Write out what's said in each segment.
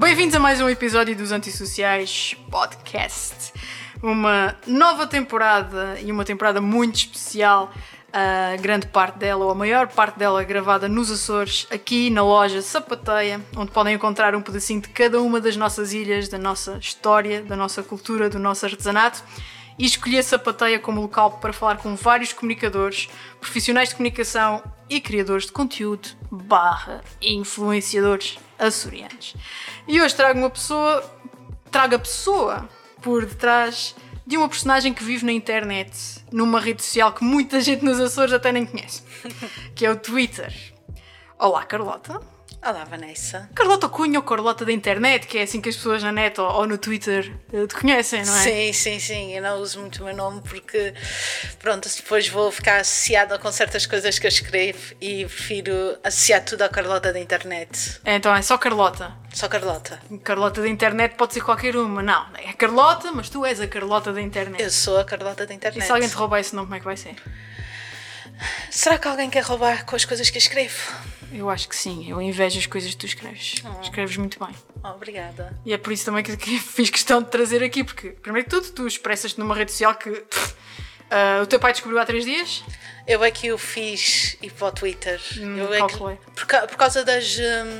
Bem-vindos a mais um episódio dos Antissociais Podcast. Uma nova temporada e uma temporada muito especial. A grande parte dela, ou a maior parte dela, gravada nos Açores, aqui na loja Sapateia, onde podem encontrar um pedacinho de cada uma das nossas ilhas, da nossa história, da nossa cultura, do nosso artesanato. E escolhi a Sapateia como local para falar com vários comunicadores, profissionais de comunicação e criadores de conteúdo / influenciadores açorianos. E hoje trago a pessoa por detrás de uma personagem que vive na internet, numa rede social que muita gente nos Açores até nem conhece, que é o Twitter. Olá, Carlota. Olá, Vanessa. Carlota Cunha ou Carlota da internet, que é assim que as pessoas na net ou no Twitter te conhecem, não é? Sim. Eu não uso muito o meu nome porque, pronto, depois vou ficar associada com certas coisas que eu escrevo e prefiro associar tudo à Carlota da internet. Então é só Carlota. Só Carlota. Carlota da internet pode ser qualquer uma. Não, é Carlota, mas tu és a Carlota da internet. Eu sou a Carlota da internet. E se alguém te roubar esse nome, como é que vai ser? Será que alguém quer roubar com as coisas que eu escrevo? Eu acho que sim, eu invejo as coisas que tu escreves. Escreves muito bem. Obrigada. E é por isso também que fiz questão de trazer aqui, porque, primeiro que tudo, tu expressas-te numa rede social que o teu pai descobriu há 3 dias. Eu é que o fiz ir para o Twitter. Por causa das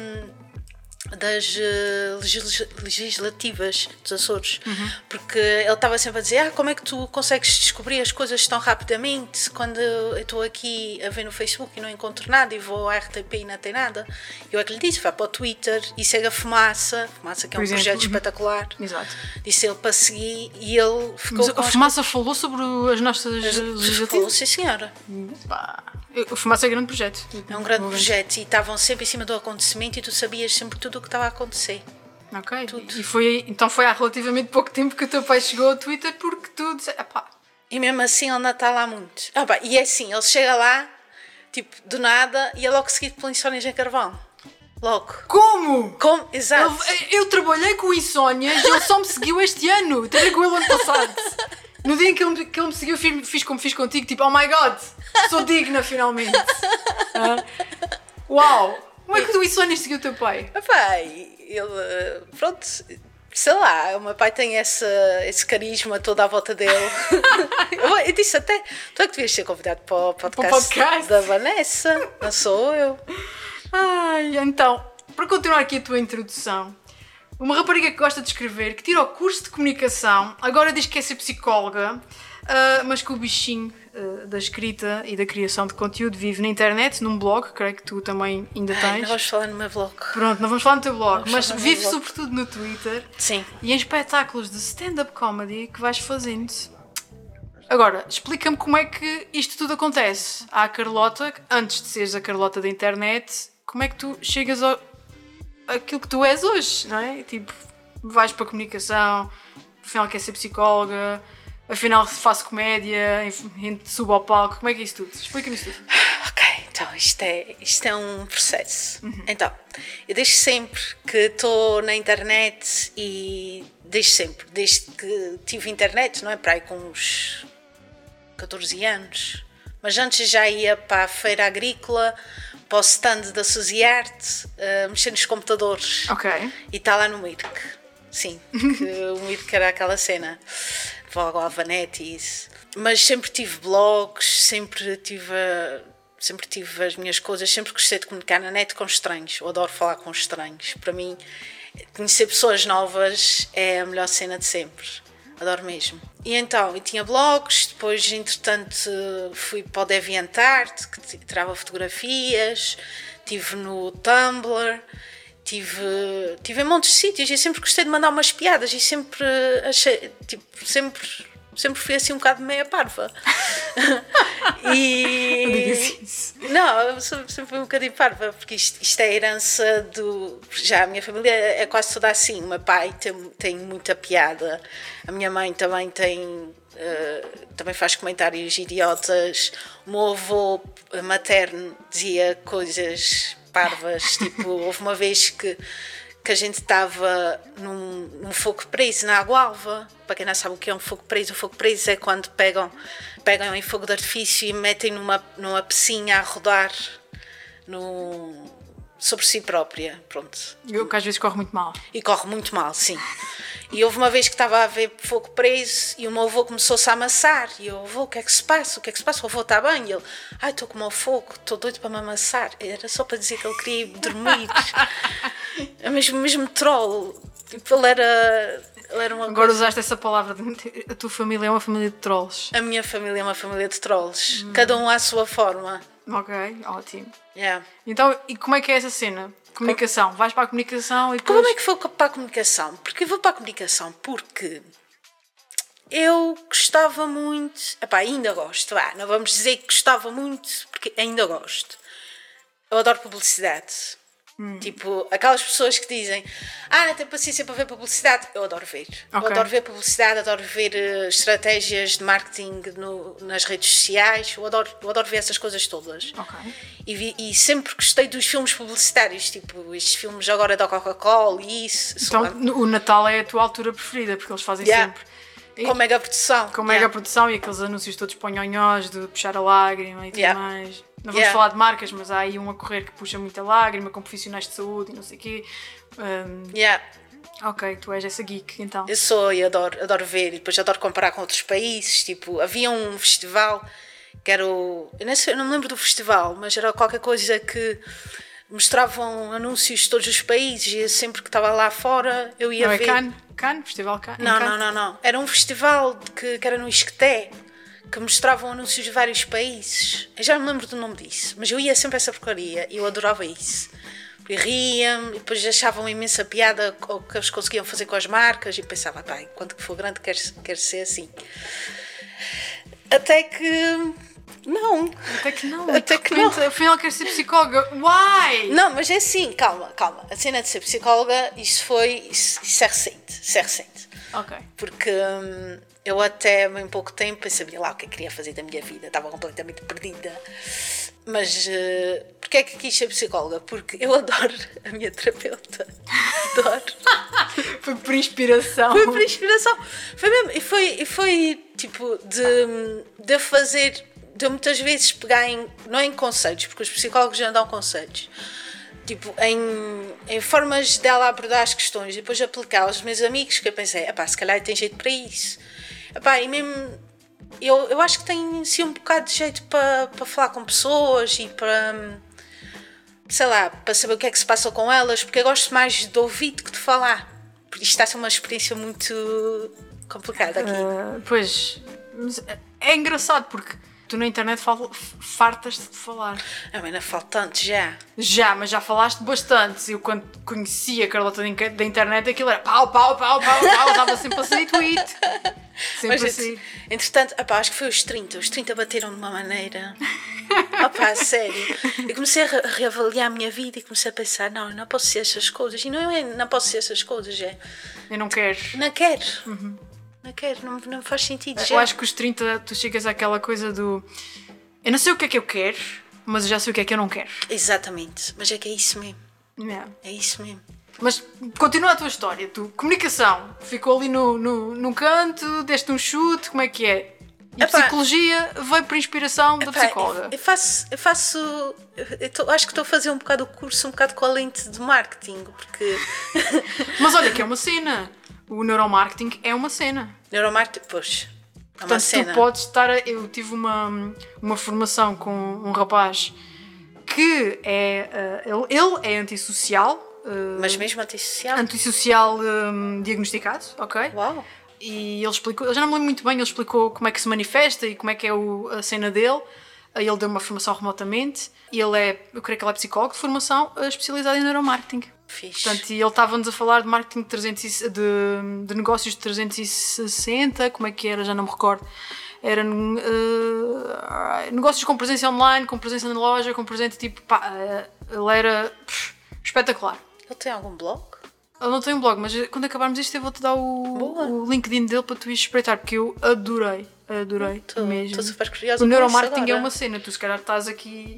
legislativas dos Açores, porque ele estava sempre a dizer como é que tu consegues descobrir as coisas tão rapidamente quando eu estou aqui a ver no Facebook e não encontro nada e vou à RTP e não tem nada. Eu é que lhe disse, vai para o Twitter e segue a Fumaça que é um projeto espetacular. Exato. Disse ele para seguir e ele ficou. Mas a Fumaça falou sobre as nossas legislativas? Falou, sim senhora. A Fumaça é um grande projeto. É um grande projeto e estavam sempre em cima do acontecimento e tu sabias sempre tudo o que estava a acontecer. Ok. Tudo. Então foi há relativamente pouco tempo que o teu pai chegou ao Twitter porque tu disseste, E mesmo assim ele não está lá muito. E é assim, ele chega lá, tipo, do nada, e é logo seguido pelo Insónias em Carvão. Logo. Como? Exato. Eu trabalhei com o Insónias e ele só me seguiu este ano. Trabalhei com ele ano passado. No dia em que ele me seguiu, fiz como fiz contigo, tipo, oh my god, sou digna finalmente. Uau! Como é que o Insónias seguiu o teu pai? Ele, pronto, sei lá, o meu pai tem esse carisma todo à volta dele. Eu disse até, tu é que devias ser convidado para o podcast da Vanessa, não sou eu. Então, para continuar aqui a tua introdução, uma rapariga que gosta de escrever, que tira o curso de comunicação, agora diz que quer ser psicóloga, mas que o bichinho da escrita e da criação de conteúdo vive na internet, num blog, creio que tu também ainda tens. Não vamos falar no meu blog. Pronto, não vamos falar no teu blog, mas vive sobretudo no Twitter. Sim. E em espetáculos de stand-up comedy que vais fazendo. Agora, explica-me como é que isto tudo acontece. Há a Carlota, antes de seres a Carlota da internet, como é que tu chegas àquilo que tu és hoje, não é? Tipo, vais para a comunicação, afinal quer ser psicóloga, afinal faço comédia, subo ao palco, como é que é isso tudo? Explica-me isso tudo. Ok, então isto é um processo. Então, eu desde sempre que estou na internet e desde que tive internet, não é? Para aí com uns 14 anos, mas antes já ia para a feira agrícola, para o stand da Suzy Art, mexer nos computadores. Ok. E está lá no Mirk. Sim, que o Mirk era aquela cena. Logo a Vanette e isso. Mas sempre tive blogs, sempre tive as minhas coisas, sempre gostei de comunicar na net com estranhos. Eu adoro falar com estranhos. Para mim, conhecer pessoas novas é a melhor cena de sempre. Adoro mesmo. E então, eu tinha blogs, depois, entretanto, fui para o DeviantArt, que tirava fotografias, estive no Tumblr, tive em montes de sítios e sempre gostei de mandar umas piadas e sempre achei, tipo, sempre fui assim um bocado meia parva. Não, eu sempre fui um bocadinho parva, porque isto é herança do... Já a minha família é quase toda assim. O meu pai tem muita piada, a minha mãe também também faz comentários idiotas, o meu avô materno dizia coisas parvas, tipo, houve uma vez que a gente estava num fogo preso na Água-Alva. Para quem não sabe o que é um fogo preso, o fogo preso é quando pegam em fogo de artifício e metem numa piscina a rodar sobre si própria, pronto. Eu que às vezes corre muito mal. E corre muito mal, sim. E houve uma vez que estava a ver fogo preso e o meu avô começou-se a amassar. E eu, avô, o que é que se passa? O que é que se passa? O avô está bem? E ele, estou com o fogo, estou doido para me amassar. Era só para dizer que ele queria ir dormir. É mesmo troll. Tipo, ele era uma Agora coisa... usaste essa palavra, a tua família é uma família de trolls. A minha família é uma família de trolls. Cada um à sua forma. Ok, ótimo. Yeah. Então, e como é que é essa cena? Comunicação. Vais para a comunicação e depois... Como é que foi para a comunicação? Porque eu vou para a comunicação porque eu gostava muito... Epá, ainda gosto. Não vamos dizer que gostava muito, porque ainda gosto. Eu adoro publicidade. Tipo, aquelas pessoas que dizem não tenho paciência para ver publicidade. Eu adoro ver. Okay. Eu adoro ver publicidade, adoro ver estratégias de marketing nas redes sociais. Eu adoro ver essas coisas todas. Okay. E sempre gostei dos filmes publicitários, tipo estes filmes agora da Coca-Cola e isso. Então, o Natal é a tua altura preferida, porque eles fazem sempre... Com mega produção. Com mega produção e aqueles anúncios todos ponhonhós de puxar a lágrima e tudo mais. Não vamos falar de marcas, mas há aí um a correr que puxa muita lágrima, com profissionais de saúde e não sei o quê. Ok, tu és essa geek, então. Eu sou e adoro ver. E depois adoro comparar com outros países. Tipo, havia um festival que era o... Eu não me lembro do festival, mas era qualquer coisa que mostravam anúncios de todos os países e sempre que estava lá fora eu ia ver. Cannes? Festival Cannes? Não. Era um festival que era no Isqueté, que mostravam anúncios de vários países. Eu já me lembro do nome disso, mas eu ia sempre a essa porcaria e eu adorava isso. E ria-me, e depois achavam imensa piada o que eles conseguiam fazer com as marcas e pensava, enquanto que for grande quero ser assim. Até que não. Afinal quero ser psicóloga. Why? Não, mas é assim, calma. A cena de ser psicóloga, isso é recente. Ok. Porque eu até bem pouco tempo sabia lá o que eu queria fazer da minha vida, estava completamente perdida. Mas porquê é que quis ser psicóloga? Porque eu adoro a minha terapeuta. Adoro. Foi por inspiração. Foi mesmo. E foi tipo de fazer... De muitas vezes pegar não em conceitos, porque os psicólogos já dão conceitos, tipo, em formas dela abordar as questões e depois aplicar aos meus amigos, que eu pensei, se calhar tem jeito para isso. E mesmo, eu acho que tem sim um bocado de jeito para falar com pessoas e para, sei lá, para saber o que é que se passa com elas, porque eu gosto mais de ouvir do que de falar. Porque isto está a ser uma experiência muito complicada aqui. Pois, é engraçado porque tu na internet fartas-te de falar. Ainda falo tanto já. Mas já falaste bastante. Eu quando conhecia a Carlota da internet, aquilo era pau, estava sempre a sair tweet. Sempre a sair. Entretanto, acho que foi os 30. Os 30 bateram de uma maneira. Sério. Eu comecei a reavaliar a minha vida e comecei a pensar, não posso ser essas coisas. E não posso ser essas coisas, Eu não quero. Não quero. Não quero, não faz sentido. Eu acho que os 30 tu chegas àquela coisa do eu não sei o que é que eu quero, mas eu já sei o que é que eu não quero. Exatamente, mas é que é isso mesmo. É isso mesmo. Mas continua a tua história, comunicação, ficou ali no canto, deste um chute, como é que é? E a psicologia veio por inspiração da psicóloga. Eu acho que estou a fazer um bocado o curso, um bocado com a lente de marketing, porque... Mas olha que é uma cena. O neuromarketing é uma cena. Neuromarketing, pois. É uma cena. Tu podes estar... Eu tive uma formação com um rapaz que é... ele é antissocial. Mas mesmo antissocial? Antissocial diagnosticado, ok? Uau! E ele explicou... Eu já não me lembro muito bem, ele explicou como é que se manifesta e como é que é a cena dele. Ele deu uma formação remotamente. Eu creio que ele é psicólogo de formação especializado em neuromarketing. Fixe. Portanto, e ele estava-nos a falar de marketing de negócios de 360, como é que era, já não me recordo. Era negócios com presença online, com presença na loja, com presença tipo... ele era espetacular. Ele tem algum blog? Ele não tem um blog, mas quando acabarmos isto eu vou-te dar o LinkedIn dele para tu ires espreitar, porque eu adorei mesmo. Estou super curiosa. O neuromarketing é uma cena, tu se calhar estás aqui...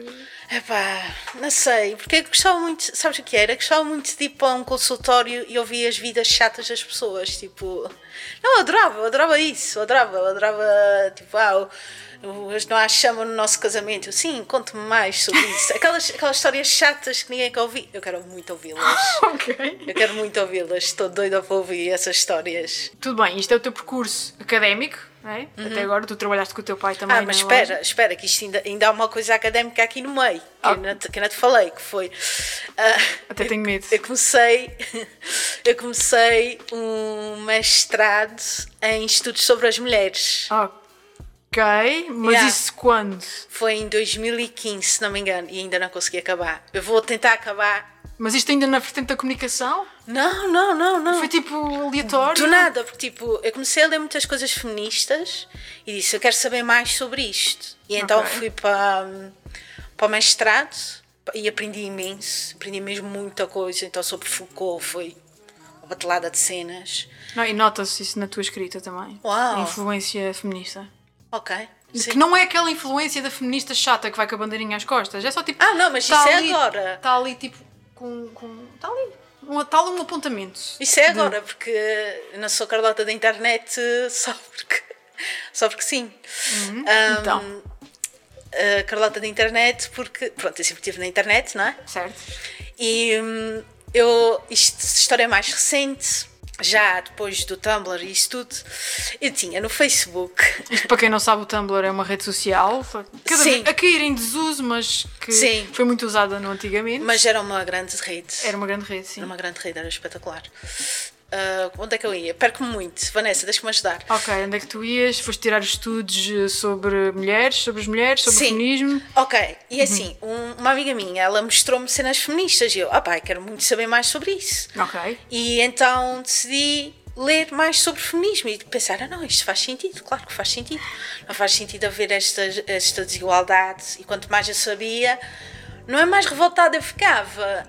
Não sei, porque eu gostava muito, sabes o que era? Eu gostava muito de ir para um consultório e ouvir as vidas chatas das pessoas, tipo... Não, eu adorava isso, eu adorava, tipo, não há chama no nosso casamento. Sim, conte-me mais sobre isso. Aquelas histórias chatas que ninguém quer ouvir. Eu quero muito ouvi-las. Ok. Eu quero muito ouvi-las. Estou doida para ouvir essas histórias. Tudo bem, isto é o teu percurso académico, não é? Até agora tu trabalhaste com o teu pai também. Mas loja. espera, que isto ainda há uma coisa académica aqui no meio. Que eu não te falei, que foi... Até tenho medo. Eu comecei um mestrado em estudos sobre as mulheres. Ok, mas isso quando? Foi em 2015, se não me engano, e ainda não consegui acabar. Eu vou tentar acabar. Mas isto ainda na vertente da comunicação? Não. Foi tipo aleatório? Do nada, porque tipo, eu comecei a ler muitas coisas feministas e disse, eu quero saber mais sobre isto. E então fui para o mestrado e aprendi imenso, aprendi mesmo muita coisa. Então sobre Foucault foi uma batelada de cenas. Não, e nota-se isso na tua escrita também. Uau. A influência feminista. Ok. Sim. Que não é aquela influência da feminista chata que vai com a bandeirinha às costas. É só tipo... não, mas isso é agora. Está ali tipo está ali um apontamento. Isso é agora, porque eu não sou Carlota da internet só porque sim. Então. Carlota da internet porque... Pronto, eu sempre estive na internet, não é? Certo. E esta história é mais recente, já depois do Tumblr e isso tudo. Eu tinha no Facebook... Isto, para quem não sabe, o Tumblr é uma rede social cada vez a cair em desuso, mas que foi muito usada no antigamente. Mas era uma grande rede. Era uma grande rede, sim. Era uma grande rede, era espetacular. Onde é que eu ia? Perco-me muito. Vanessa, deixa-me ajudar. Ok, onde é que tu ias? Foste tirar estudos sobre mulheres, sobre o feminismo? Ok, e assim, uma amiga minha, ela mostrou-me cenas feministas e eu, quero muito saber mais sobre isso. Ok. E então decidi ler mais sobre feminismo e pensar, isto faz sentido, claro que faz sentido. Não faz sentido haver esta desigualdade e quanto mais eu sabia, não é mais revoltada eu ficava,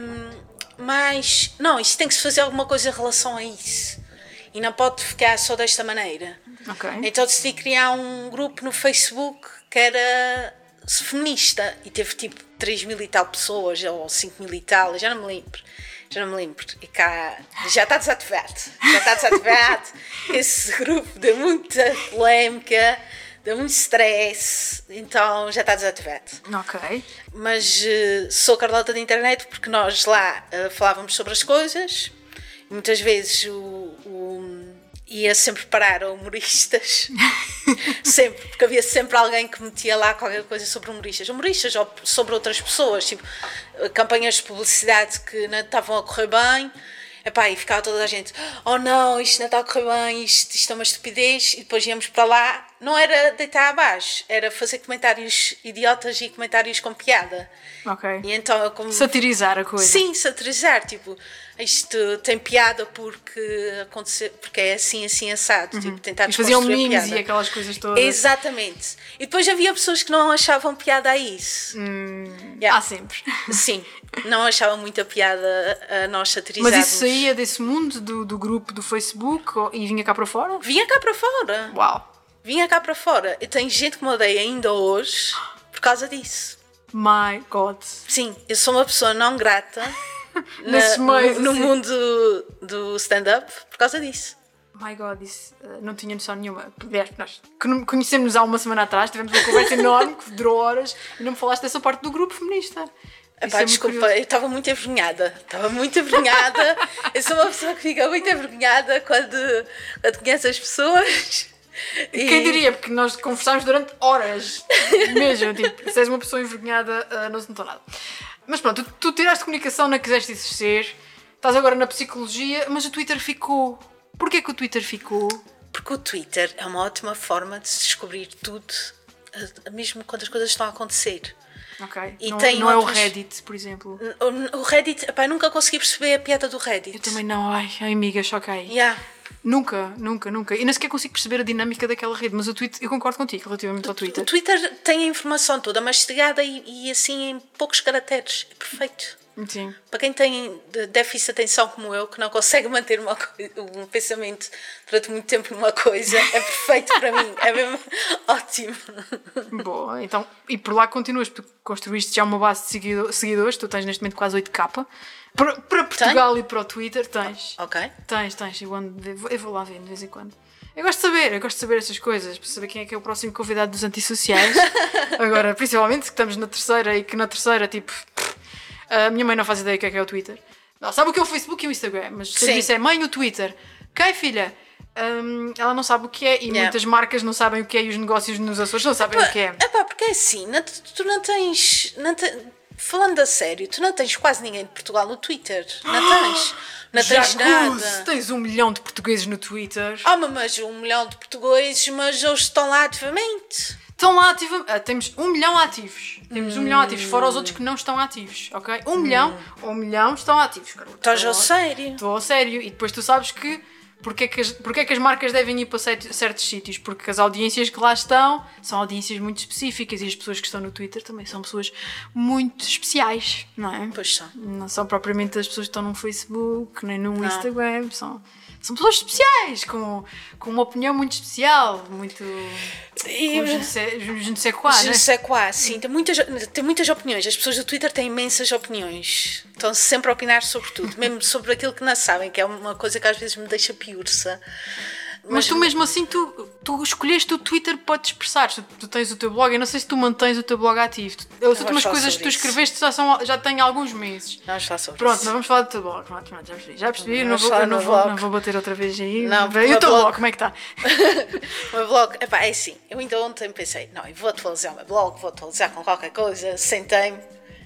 mas, isto tem que se fazer alguma coisa em relação a isso. E não pode ficar só desta maneira. Ok. Então decidi criar um grupo no Facebook que era feminista. E teve tipo 3.000 e tal pessoas, ou 5.000 e tal, já não me lembro. E cá, já está desativado. Esse grupo deu muita polémica, deu muito stress, então já está desativado. Ok. Mas sou Carlota da internet porque nós lá falávamos sobre as coisas. Muitas vezes ia sempre parar a humoristas. Sempre, porque havia sempre alguém que metia lá qualquer coisa sobre humoristas ou sobre outras pessoas, tipo campanhas de publicidade que não estavam a correr bem. E ficava toda a gente, não, isto não está a correr bem, isto é uma estupidez, e depois íamos para lá, não era deitar abaixo, era fazer comentários idiotas e comentários com piada. Ok. E então eu satirizar a coisa. Sim, satirizar, tipo, isto tem piada porque é assim assado, tipo, tentar desconstruir a piada. E faziam memes e aquelas coisas todas. Exatamente. E depois havia pessoas que não achavam piada a isso. Há sempre. Sim, não achavam muita piada a nós satirizarmos. Mas isso saía desse mundo do grupo do Facebook e vinha cá para fora? Vinha cá para fora. Uau. Vinha cá para fora. Eu tenho gente que me odeia ainda hoje por causa disso. My God. Sim, eu sou uma pessoa não grata no mundo do stand-up por causa disso. My God, isso não tinha noção nenhuma. Nós conhecemos-nos há uma semana atrás, tivemos uma conversa enorme que durou horas e não me falaste dessa parte do grupo feminista. Desculpa, eu estava muito envergonhada. Eu sou uma pessoa que fica muito envergonhada quando conhece as pessoas. Quem diria? Porque nós conversámos durante horas. Mesmo, tipo, se és uma pessoa envergonhada, não se notou nada. Mas pronto, tu tiraste comunicação, não quiseste exercer, estás agora na psicologia, mas o Twitter ficou. Porquê que o Twitter ficou? Porque o Twitter é uma ótima forma de se descobrir tudo, mesmo quando as coisas estão a acontecer. Ok. E não é o Reddit, por exemplo? O Reddit, nunca consegui perceber a piada do Reddit. Eu também não, amiga, choquei. Yeah. Nunca. E nem sequer consigo perceber a dinâmica daquela rede, mas o Twitter, eu concordo contigo relativamente ao Twitter. O Twitter tem a informação toda mastigada e assim em poucos caracteres. É perfeito. Sim. Para quem tem déficit de atenção como eu, que não consegue manter um pensamento durante muito tempo numa coisa, é perfeito para mim. É mesmo ótimo. Boa, então, e por lá continuas, porque construíste já uma base de seguidores, tu tens neste momento quase 8k. Para Portugal e para o Twitter tens. Ok. Tens. Eu vou lá ver de vez em quando. Eu gosto de saber essas coisas, para saber quem é que é o próximo convidado dos antissociais. Agora, principalmente que estamos na terceira e que na terceira, tipo, a minha mãe não faz ideia do que é o Twitter. Não, sabe o que é o Facebook e o Instagram, mas se eu disser, mãe, o Twitter, ok, filha? Ela não sabe o que é e muitas marcas não sabem o que é e os negócios nos Açores não sabem o que é. Porque é assim, tu não tens... Falando a sério, tu não tens quase ninguém de Portugal no Twitter. Não tens nada. Tens 1 milhão de portugueses no Twitter. Mas 1 milhão de portugueses, mas eles estão lá ativamente. Estão lá ativamente. Temos 1 milhão ativos. Temos 1 milhão ativos, fora os outros que não estão ativos, ok? 1 milhão estão ativos. Estás a sério? Estou a sério. E depois tu sabes que porque é que as marcas devem ir para certos sítios? Porque as audiências que lá estão são audiências muito específicas e as pessoas que estão no Twitter também são pessoas muito especiais, não é? Pois são. Não são propriamente as pessoas que estão no Facebook, nem no Instagram, são pessoas especiais, com uma opinião muito especial, muito... Je ne sais quoi, Je ne sais quoi, sim. Tem muitas opiniões. As pessoas do Twitter têm imensas opiniões. Estão sempre a opinar sobre tudo, mesmo sobre aquilo que não sabem, que é uma coisa que às vezes me deixa piurça. Mas tu mesmo assim, tu escolheste o Twitter para te expressar. Tu tens o teu blog, eu não sei se tu mantens o teu blog ativo. As últimas coisas que tu escreveste já têm alguns meses. Vamos falar sobre isso. Não vamos falar do teu blog. Já percebi, não vou bater outra vez aí. Não, e o teu blog, como é que está? O meu blog, é assim, eu ainda ontem pensei, eu vou atualizar o meu blog, vou atualizar com qualquer coisa, sentei-me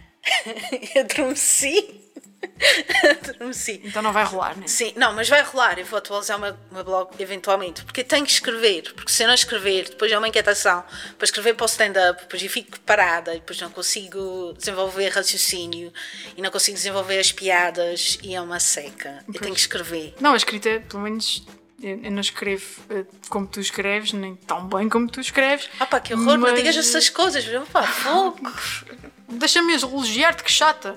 e adormeci. Então não vai rolar, né? Sim, mas vai rolar. Eu vou atualizar o meu blog eventualmente, porque tenho que escrever, porque se eu não escrever, depois é uma inquietação para escrever para o stand-up, depois eu fico parada e depois não consigo desenvolver raciocínio e não consigo desenvolver as piadas e é uma seca. Eu tenho que escrever. Não, a escrita, pelo menos eu não escrevo como tu escreves, nem tão bem como tu escreves. Que horror, não digas essas coisas, fogo. Deixa-me elogiar-te, que chata.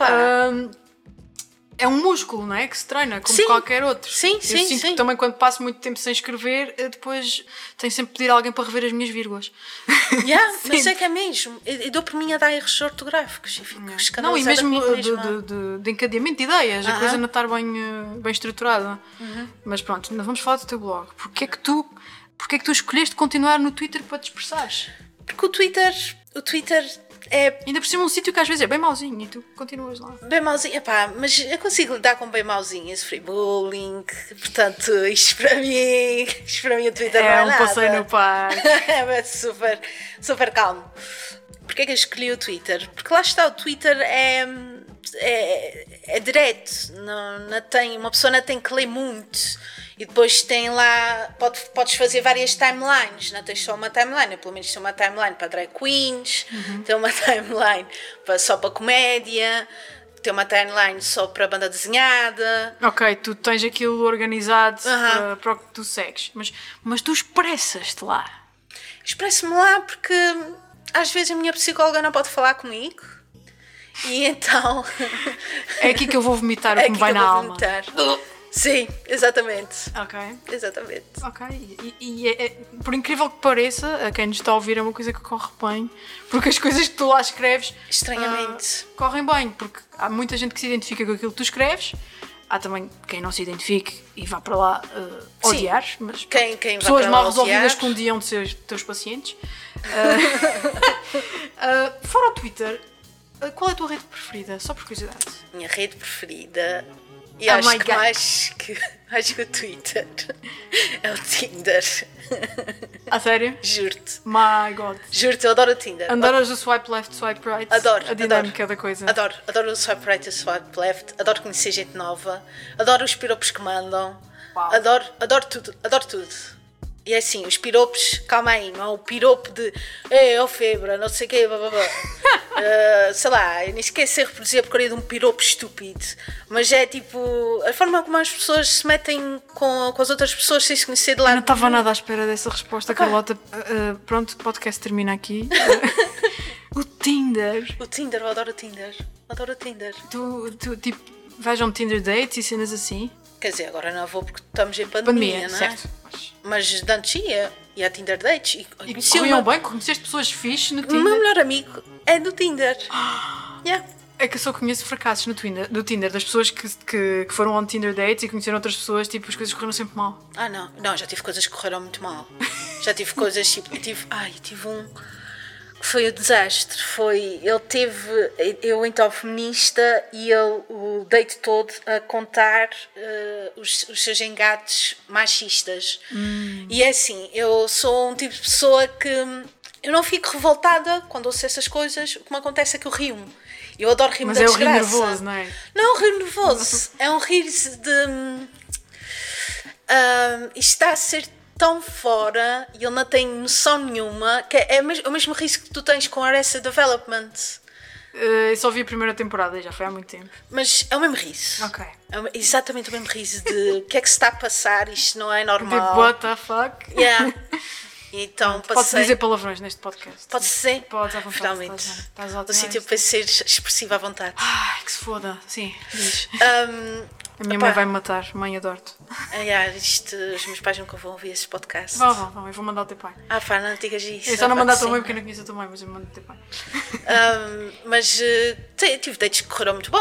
É um músculo, não é? Que se treina, como qualquer outro. Sim. Que também quando passo muito tempo sem escrever, depois tenho sempre que pedir a alguém para rever as minhas vírgulas. Mas é que é mesmo. Eu dou por mim a dar erros ortográficos e fico escandalizada. Não, e mesmo de encadeamento de ideias, a coisa não estar bem vamos falar do teu blog. Porquê é que tu escolheste continuar no Twitter para te expressares? Porque o Twitter é... Ainda por cima um sítio que às vezes é bem mauzinho e tu continuas lá. Bem mauzinho, mas eu consigo lidar com bem mauzinho. Eu sofri bullying, portanto, isto para mim o Twitter não é nada. É um passeio no parque. É super, super calmo. Porquê é que eu escolhi o Twitter? Porque lá está, o Twitter é direto, não tem, uma pessoa não tem que ler muito. E depois tem lá, podes fazer várias timelines, não tens só uma timeline, eu pelo menos tenho uma timeline para drag queens, tenho uma timeline só para comédia, tenho uma timeline só para banda desenhada. Ok, tu tens aquilo organizado para o que tu segues, mas tu expressas-te lá. Expresso-me lá porque às vezes a minha psicóloga não pode falar comigo e então... É aqui que eu vou vomitar o que me vai na alma. Sim, exatamente. Ok. Exatamente. Ok. E por incrível que pareça, a quem nos está a ouvir é uma coisa que corre bem, porque as coisas que tu lá escreves estranhamente correm bem, porque há muita gente que se identifica com aquilo que tu escreves, há também quem não se identifique e vá para lá odiar, mas quem pessoas mal resolvidas que um dia hão de ser teus pacientes. Fora o Twitter, qual é a tua rede preferida? Só por curiosidade. Minha rede preferida... E acho que mais que o Twitter é o Tinder. A sério? Juro-te. My God. Juro-te, eu adoro o Tinder. Adoras o swipe left, swipe right? Adoro. A dinâmica da coisa. Adoro o swipe right e o swipe left. Adoro conhecer gente nova. Adoro os piropos que mandam. Wow. Adoro tudo. E é assim, os piropos, calma aí, não é o piropo de febra, não sei o quê, blá. Sei lá, eu nem sequer sei reproduzir a porcaria de um piropo estúpido, mas é tipo, a forma como as pessoas se metem com as outras pessoas sem se conhecer de lá. Eu não estava nada à espera dessa resposta, Carlota. Pronto, o podcast termina aqui. O Tinder, eu adoro o Tinder. Tu tipo, vais a um Tinder date e cenas assim? Quer dizer, agora não vou porque estamos em pandemia, não é? Certo. Mas antes ia a Tinder dates e corriam bem, conheceste pessoas fixe no Tinder. O meu melhor amigo é do Tinder. É que eu só conheço fracassos no Tinder das pessoas que foram on Tinder dates e conheceram outras pessoas, tipo, as coisas correram sempre mal. Não, já tive coisas que correram muito mal. Já tive coisas tipo, tive um que foi o desastre. Eu então feminista e ele o date todo a contar os seus engates machistas. E é assim, eu sou um tipo de pessoa que eu não fico revoltada quando ouço essas coisas. O que me acontece é que eu rio-me. Eu adoro rir-me da desgraça. Mas é um rir nervoso, não é? Não é um rir nervoso. É um rir de... isto está a ser tão fora e ele não tem noção nenhuma, que é o mesmo risco que tu tens com Arrested Development. Eu só vi a primeira temporada e já foi há muito tempo. Mas é o mesmo riso. Ok. É exatamente o mesmo riso de o que é que se está a passar, isto não é normal. Tipo, what the fuck? Yeah. Então, Pode-se dizer palavrões neste podcast. Pode ser? Pode, à vontade. Finalmente. Estás No sítio para ser expressiva à vontade. Ai, que se foda. Sim, diz. A minha Opa. mãe vai me matar. Mãe, adoro-te. Os meus pais nunca vão ouvir esse podcast. Vão. Eu vou mandar o teu pai. Não digas isso. Eu só não mandar a tua mãe porque eu não conheço a tua mãe, mas eu mando o teu pai. Mas tive dates que correram muito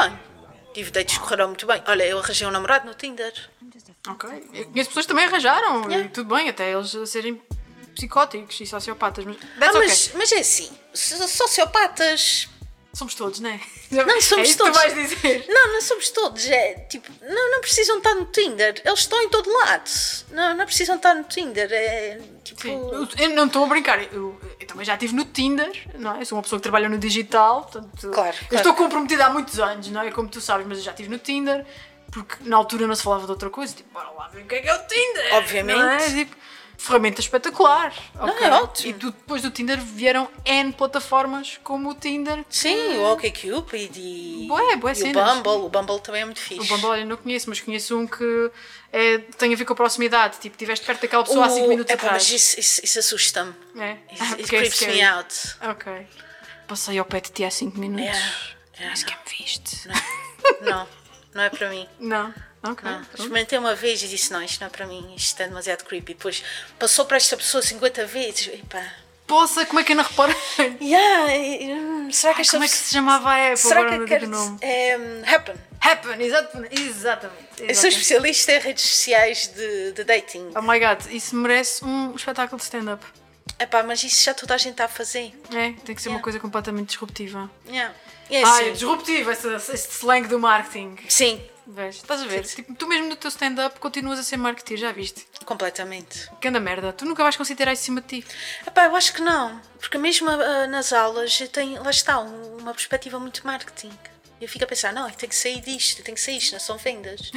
bem. Olha, eu arranjei um namorado no Tinder. Ok. Eu conheço pessoas que também arranjaram. Yeah. E tudo bem, até eles serem psicóticos e sociopatas. Mas Mas é assim, sociopatas... somos todos, não é? Não somos é isso todos. Que tu vais dizer. Não somos todos. É tipo, não precisam estar no Tinder. Eles estão em todo lado. Não precisam estar no Tinder. É tipo. Sim, eu não estou a brincar. Eu também já estive no Tinder, não é? Eu sou uma pessoa que trabalha no digital. Portanto, Claro. Eu estou comprometida há muitos anos, não é? Como tu sabes, mas eu já estive no Tinder. Porque na altura não se falava de outra coisa. Tipo, bora lá ver o que é o Tinder. Obviamente. Não é? Tipo, ferramenta espetacular. Não, é ótimo. E depois do Tinder vieram N plataformas como o Tinder. Sim, o OkCupid e Bué o cenas. Bumble. O Bumble também é muito fixe. O Bumble eu não conheço, mas conheço um que tem a ver com a proximidade. Tipo, estiveste perto daquela pessoa há 5 minutos atrás. Mas isso assusta-me. É? It creeps me out. Ok. Passei ao pé de ti há 5 minutos. Yeah, Isso que me viste. Não é para mim. Não. Ok. Não. Experimentei uma vez e disse, não, isto não é para mim, isto é demasiado creepy. Depois passou para esta pessoa 50 vezes. Epá. Poça, como é que eu não reparei? Será que esta como é que se chamava a época? Será Agora que não quer digo o nome. Happen? Exatamente. Eu sou especialista em redes sociais de dating. Oh my god, isso merece um espetáculo de stand-up. Epá, mas isso já toda a gente está a fazer. Tem que ser uma coisa completamente disruptiva. É assim. Disruptiva, esse slang do marketing. Sim. Vês? Estás a ver? Tipo, tu mesmo no teu stand-up continuas a ser marketeer, já viste? Completamente. Que anda merda, tu nunca vais considerar isso acima de ti. Epá, eu acho que não. Porque mesmo nas aulas eu tenho, lá está, uma perspectiva muito marketing. Eu fico a pensar, não, eu tenho que sair disto, não são vendas.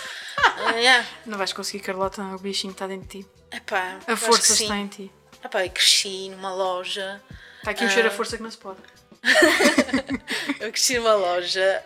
Não vais conseguir, Carlota, o bichinho está dentro de ti. Epá, A força está em ti. Epá, eu cresci numa loja. Está aqui um cheiro a força que não se pode. Eu cresci numa loja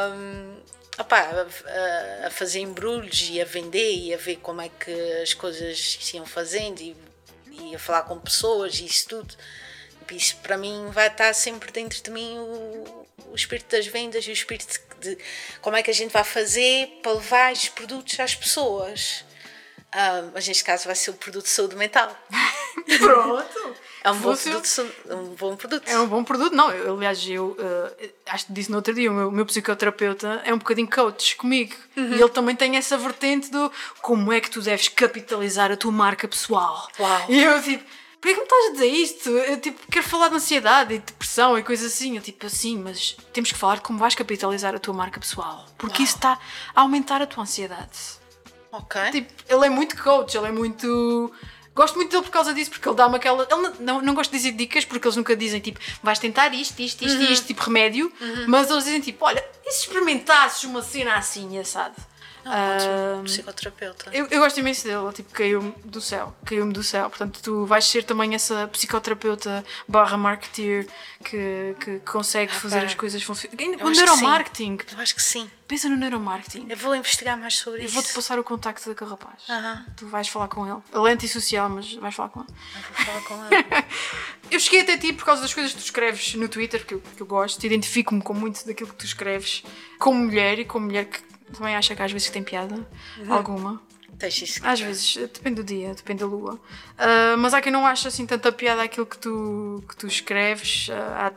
a fazer embrulhos e a vender e a ver como é que as coisas se iam fazendo e a falar com pessoas e isso tudo. Isso para mim vai estar sempre dentro de mim o espírito das vendas e o espírito de como é que a gente vai fazer para levar estes produtos às pessoas. Mas neste caso vai ser o produto de saúde mental. Pronto! É um bom produto. É um bom produto. Não, aliás, eu acho que disse no outro dia, o meu psicoterapeuta é um bocadinho coach comigo. E ele também tem essa vertente do como é que tu deves capitalizar a tua marca pessoal. Uau. E eu tipo, porquê que me estás a dizer isto? Eu tipo, quero falar de ansiedade e depressão e coisas assim. Eu tipo, assim, mas temos que falar de como vais capitalizar a tua marca pessoal. Porque isso está a aumentar a tua ansiedade. Ok. Tipo, ele é muito coach, ele é muito... Gosto muito dele por causa disso, porque ele dá-me aquela... Ele não gosto de dizer dicas, porque eles nunca dizem, tipo, vais tentar isto, tipo remédio, mas eles dizem, tipo, olha, e se experimentasses uma cena assim, assado? Ótimo, psicoterapeuta. Eu gosto imenso dele, tipo, caiu-me do céu. Portanto, tu vais ser também essa psicoterapeuta / marketeer que consegue fazer as coisas funcionarem. O neuromarketing. Eu acho que sim. Pensa no neuromarketing. Eu vou investigar mais sobre isso. Eu vou-te passar o contacto daquele rapaz. Aham. Tu vais falar com ele. Ele é antissocial, mas vais falar com ele. Eu vou falar com ele. Eu cheguei até ti por causa das coisas que tu escreves no Twitter, que eu gosto. Identifico-me com muito daquilo que tu escreves como mulher e como mulher que também acha que às vezes tem piada. Alguma. Às vezes, depende do dia, depende da lua. Mas há quem não acha assim tanta piada aquilo que tu escreves. Há até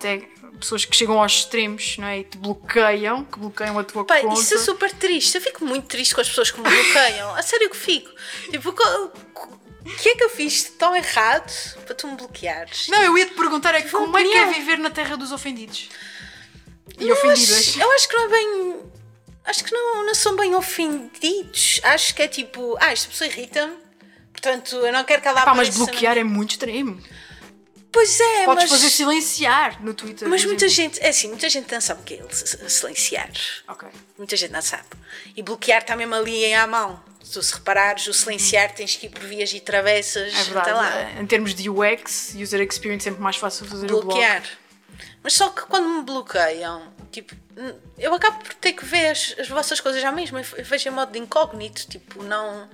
pessoas que chegam aos extremos, não é? E te bloqueiam, que bloqueiam a tua Pai, conta. isso é super triste. Eu fico muito triste com as pessoas que me bloqueiam. A sério que fico. Tipo, o que é que eu fiz de tão errado para tu me bloqueares? Não, eu ia te perguntar é como é que é viver na terra dos ofendidos e ofendidas. Eu acho que não é bem. Acho que não são bem ofendidos. Acho que é tipo, esta pessoa irrita-me, portanto eu não quero que ela Mas apareça. bloquear é muito extremo. Pois é, Podes fazer silenciar no Twitter. Mas muita gente, é assim, muita gente não sabe o que é silenciar. Ok. Muita gente não sabe. E bloquear está mesmo ali à mão. Se tu se reparares, o silenciar tens que ir por vias e travessas. É verdade. Até lá. Em termos de UX, User Experience, sempre mais fácil fazer Bloquear. o bloco. Mas só que quando me bloqueiam, tipo, eu acabo por ter que ver as vossas coisas já mesmo. Eu vejo em modo de incógnito, tipo, não.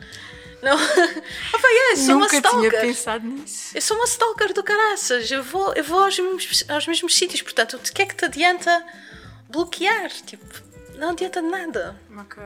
Sou uma Nunca stalker. tinha pensado nisso. Eu sou uma stalker do caraças. Eu vou aos mesmos sítios. Portanto, o que é que te adianta bloquear? Tipo, não adianta de nada. Ok.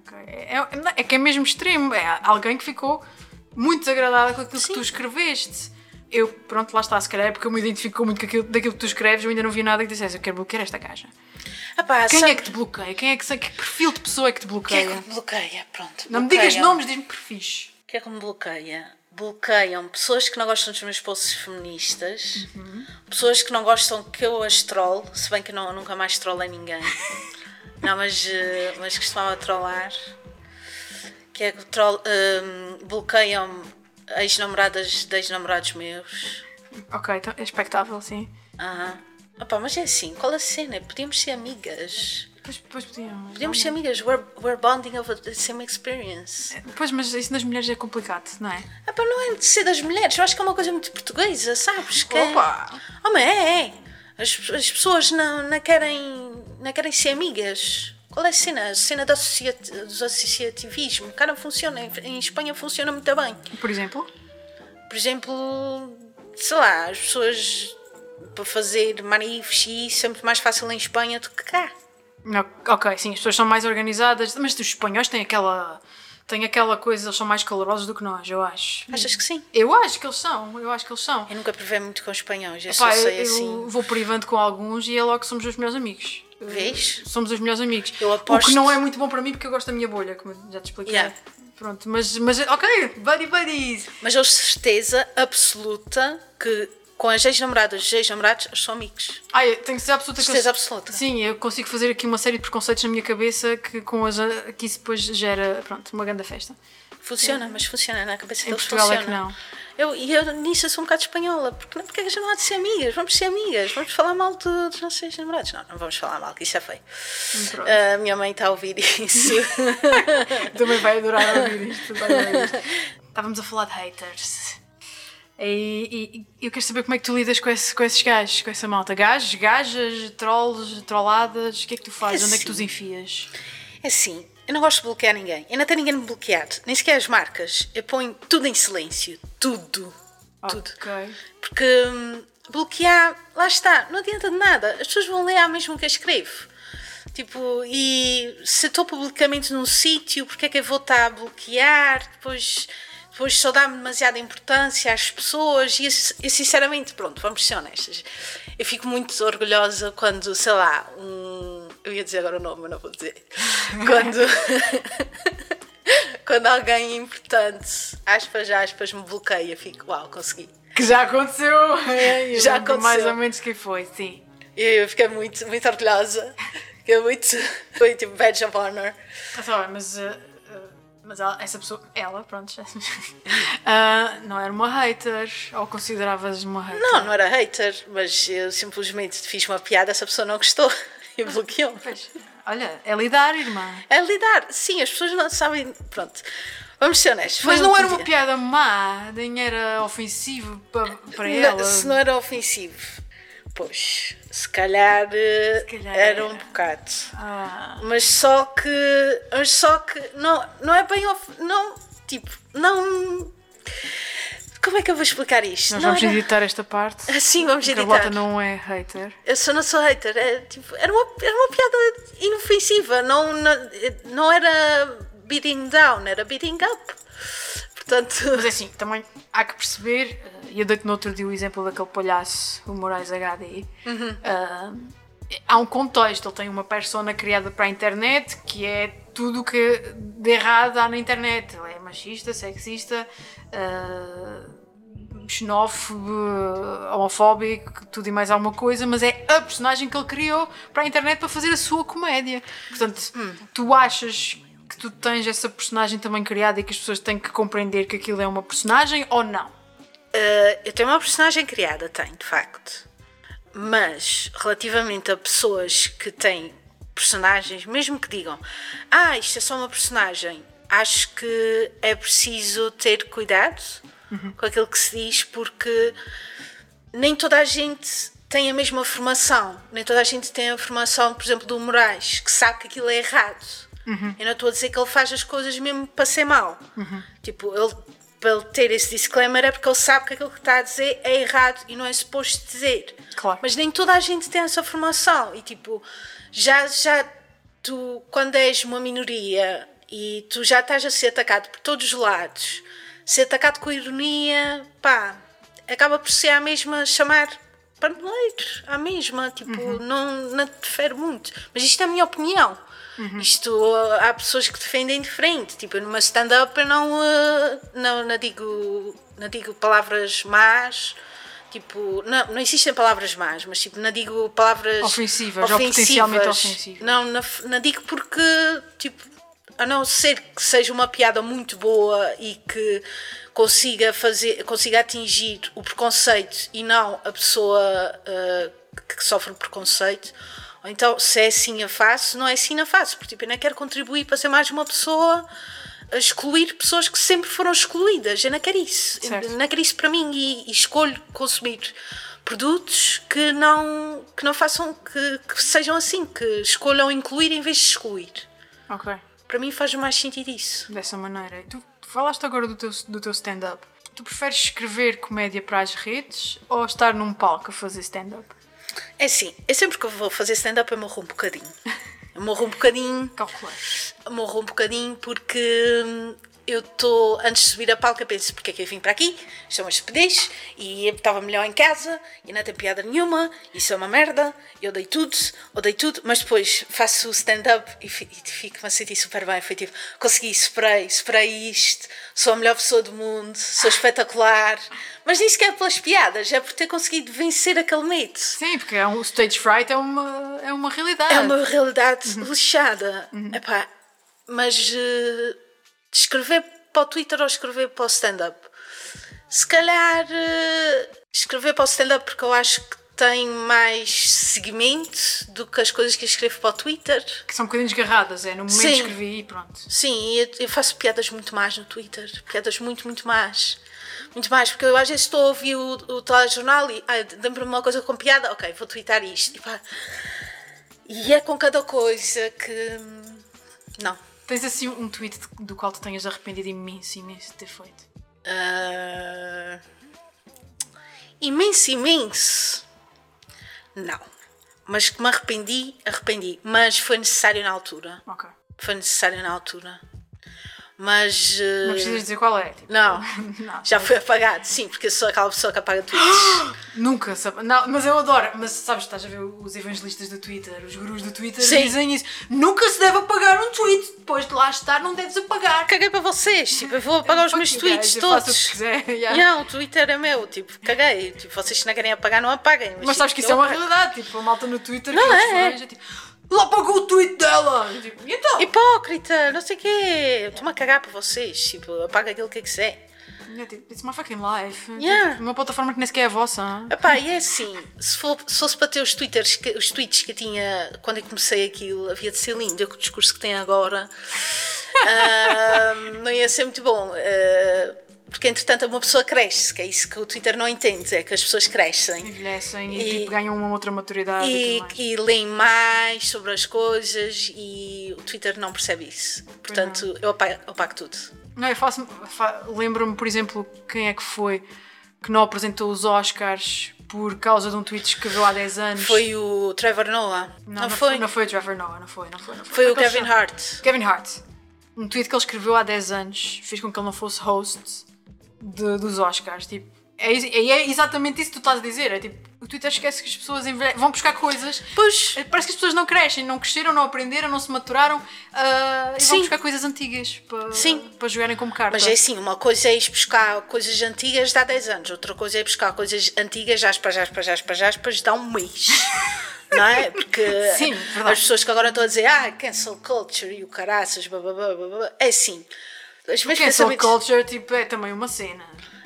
É que é mesmo extremo. É alguém que ficou muito desagradada com aquilo que tu escreveste. Eu, pronto, lá está, se calhar é porque eu me identifico muito com daquilo que tu escreves. Eu ainda não vi nada que dissesse, eu quero bloquear esta gaja. Quem é que te bloqueia? Que perfil de pessoa é que te bloqueia? Quem é que me bloqueia? Pronto. Não me digas nomes, diz-me perfis. O que é que me bloqueia? Bloqueiam pessoas que não gostam dos meus posts feministas, pessoas que não gostam que eu as troll, se bem que eu nunca mais trolei ninguém. Não, mas costumava trollar. Que é que bloqueiam ex-namoradas de ex-namorados meus. Ok, então é expectável, sim. Mas é assim, qual a cena? Podíamos ser amigas. Pois podíamos. Podíamos ser amigas. We're bonding over the same experience. Pois, mas isso nas mulheres é complicado, não é? Não é de ser das mulheres. Eu acho que é uma coisa muito portuguesa, sabes? Que Opa! Mas é. As pessoas não querem ser amigas. Qual é a cena? A cena do associativismo. Cara, funciona. Em Espanha funciona muito bem. Por exemplo? Por exemplo, sei lá, as pessoas para fazer manifes é muito mais fácil em Espanha do que cá. Ok, sim, as pessoas são mais organizadas, mas os espanhóis têm aquela coisa, eles são mais calorosos do que nós, eu acho. Achas que sim? Eu acho que eles são. Eu nunca provei muito com espanhóis, eu Epá, só sei eu assim. vou privando com alguns e é logo que somos os melhores amigos. Vês? Somos os melhores amigos. Eu aposto... O que não é muito bom para mim porque eu gosto da minha bolha, como eu já te expliquei. Yeah. Pronto, mas ok, buddies. Mas eu certeza absoluta que com as ex-namoradas e ex-namorados são amigos. Eu tenho certeza absoluta que Certeza absoluta. Sim, eu consigo fazer aqui uma série de preconceitos na minha cabeça que isso depois gera, uma grande festa. Funciona, mas funciona na cabeça Em deles. Portugal funciona. é que não. Eu nisso eu sou um bocado espanhola. Porque a gente não há de ser amigas? Vamos ser amigas. Vamos falar mal dos nossos ex-namorados. Não vamos falar mal, que isso é feio. A minha mãe está a ouvir isso. Também vai adorar ouvir isto. Estávamos a falar de haters. E eu quero saber como é que tu lidas com esses gajos, com essa malta. Gajos, gajas, trolls, trolladas. O que é que tu fazes? Onde é que tu os enfias? É assim, eu não gosto de bloquear ninguém. Eu não tenho ninguém me bloqueado. Nem sequer as marcas. Eu ponho tudo em silêncio. Tudo. Ok. Porque bloquear, lá está, não adianta de nada. As pessoas vão ler mesmo o que eu escrevo. Tipo, e se estou publicamente num sítio, porque é que eu vou estar a bloquear? Depois só dá-me demasiada importância às pessoas e eu sinceramente, pronto, vamos ser honestas, eu fico muito orgulhosa quando, sei lá, eu ia dizer agora o nome, mas não vou dizer, quando alguém importante, aspas, me bloqueia, fico, uau, consegui. Que já aconteceu! Já aconteceu. Mais ou menos quem foi, sim. Eu fiquei muito, muito orgulhosa, foi tipo badge of honor. Mas essa pessoa, pronto, não era uma hater, ou consideravas uma hater? Não era hater, mas eu simplesmente fiz uma piada, essa pessoa não gostou e bloqueou-me. Olha, é lidar, irmã. É lidar, sim, as pessoas não sabem, pronto, vamos ser honestos. Mas não era uma piada má, nem era ofensivo para ela. Se não era ofensivo, pois, se calhar era um bocado. Mas só que não é bem não. Como é que eu vou explicar isto? Nós vamos editar esta parte. Sim, vamos editar. Carlota não é hater. Eu só não sou hater. Era uma piada inofensiva. Não era beating down, era beating up. Portanto... Mas é assim, também há que perceber, eu dei-te no outro dia o exemplo daquele palhaço, o Moraes HD. Há um contexto, ele tem uma persona criada para a internet que é tudo o que de errado há na internet. Ele é machista, sexista, xenófobo, homofóbico, tudo e mais alguma coisa, mas é a personagem que ele criou para a internet para fazer a sua comédia. Portanto, tu achas que tu tens essa personagem também criada e que as pessoas têm que compreender que aquilo é uma personagem ou não? Eu tenho uma personagem criada, tenho, de facto. Mas, relativamente a pessoas que têm personagens, mesmo que digam isto é só uma personagem, acho que é preciso ter cuidado com aquilo que se diz, porque nem toda a gente tem a mesma formação. Nem toda a gente tem a formação, por exemplo, do Moraes, que sabe que aquilo é errado. Eu não estou a dizer que ele faz as coisas mesmo para ser mau. Tipo, para ele ter esse disclaimer é porque ele sabe que aquilo que está a dizer é errado e não é suposto dizer. Claro. Mas nem toda a gente tem essa formação. E tipo, já tu, quando és uma minoria e tu já estás a ser atacado por todos os lados, ser atacado com ironia, acaba por ser a mesma chamar paneleiro, a mesma, tipo, não difere muito. Mas isto é a minha opinião. Isto, há pessoas que defendem diferente. Tipo, numa stand-up eu não digo palavras más. Tipo, não existem palavras más, mas tipo, não digo palavras ofensivas. Ou potencialmente ofensivas. Não digo porque, tipo, a não ser que seja uma piada muito boa e que consiga atingir o preconceito e não a pessoa que sofre o preconceito. Ou então, se é assim a faço, não é assim a faço, porque tipo, eu não quero contribuir para ser mais uma pessoa a excluir pessoas que sempre foram excluídas. Eu não quero isso. Certo. Eu não quero isso para mim e escolho consumir produtos que não façam, que sejam assim, que escolham incluir em vez de excluir. Ok. Para mim faz mais sentido isso. Dessa maneira. Tu falaste agora do teu stand-up. Tu preferes escrever comédia para as redes ou estar num palco a fazer stand-up? É assim, eu sempre que vou fazer stand-up eu morro um bocadinho. Calculei. Morro um bocadinho porque eu estou, antes de subir a palco, eu penso, porque é que eu vim para aqui? Isto é uma estupidez, e eu estava melhor em casa, e não tem piada nenhuma, isso é uma merda, eu odeio tudo, mas depois faço o stand-up e fico-me a sentir super bem, foi tipo, consegui, superei isto, sou a melhor pessoa do mundo, sou espetacular, mas nem sequer pelas piadas, é por ter conseguido vencer aquele medo. Sim, porque o stage fright é uma realidade. É uma realidade lixada. Epá, mas escrever para o Twitter ou escrever para o stand-up? Se calhar escrever para o stand-up, porque eu acho que tem mais seguimento do que as coisas que eu escrevo para o Twitter. Que são um bocadinho desgarradas, no momento Sim. escrevi e pronto. Sim, eu faço piadas muito más no Twitter. Piadas muito más. Muito mais, porque eu às vezes estou a ouvir o telejornal e lembro-me uma coisa com piada, ok, vou twittar isto. E é com cada coisa que... Não. Tens assim um tweet do qual tu tenhas arrependido imenso de ter feito? Imenso. Não. Mas que me arrependi. Mas foi necessário na altura. Ok. Mas... Não precisas dizer qual é. Tipo, não, não, já foi apagado. Sim, porque eu sou aquela pessoa que apaga tweets. Nunca. Não, mas eu adoro. Mas sabes, estás a ver os evangelistas do Twitter, os gurus do Twitter, Sim. dizem isso. Nunca se deve apagar um tweet. Depois de lá estar, não deves apagar. Caguei para vocês. Tipo, eu vou apagar os meus tweets todos. Eu faço o que quiser. Yeah. Não, o Twitter é meu. Tipo, caguei. Tipo, vocês se não querem apagar, não apaguem. Mas sabes que isso é uma realidade. Tipo, a malta no Twitter não que é. veja, tipo, lá apagou o tweet dela. E, tipo, então? Hipócrita, não sei o quê. Estou-me a cagar para vocês. Tipo, apaga aquilo que quiser. It's my fucking life. Yeah. Tipo, uma plataforma que nem sequer é a vossa. Epá, e é assim, se fosse para ter os tweets que eu tinha quando eu comecei aquilo, havia de ser lindo. O discurso que tem agora não ia ser muito bom. Porque entretanto uma pessoa cresce, que é isso que o Twitter não entende, é que as pessoas crescem. Envelhecem e tipo, ganham uma outra maturidade. E leem mais sobre as coisas e o Twitter não percebe isso. Portanto, eu apago tudo. Não, lembro-me, por exemplo, quem é que foi que não apresentou os Oscars por causa de um tweet que escreveu há 10 anos. Foi o Trevor Noah. Não foi o Trevor Noah, não foi. Foi o Kevin Hart. Kevin Hart. Um tweet que ele escreveu há 10 anos fez com que ele não fosse host dos Oscars. Tipo, É exatamente isso que tu estás a dizer. É tipo, o Twitter esquece que as pessoas vão buscar coisas. Pois. Parece que as pessoas não crescem, não cresceram, não aprenderam, não se maturaram e vão buscar coisas antigas para jogarem como carta. Mas é assim, uma coisa é ir buscar coisas antigas de há 10 anos, outra coisa é buscar coisas antigas aspas, de há um mês. Não é? Porque Sim, as pessoas que agora estão a dizer cancel culture e o caraças, é assim. Os meus cancel pensamentos... culture tipo, é também uma cena.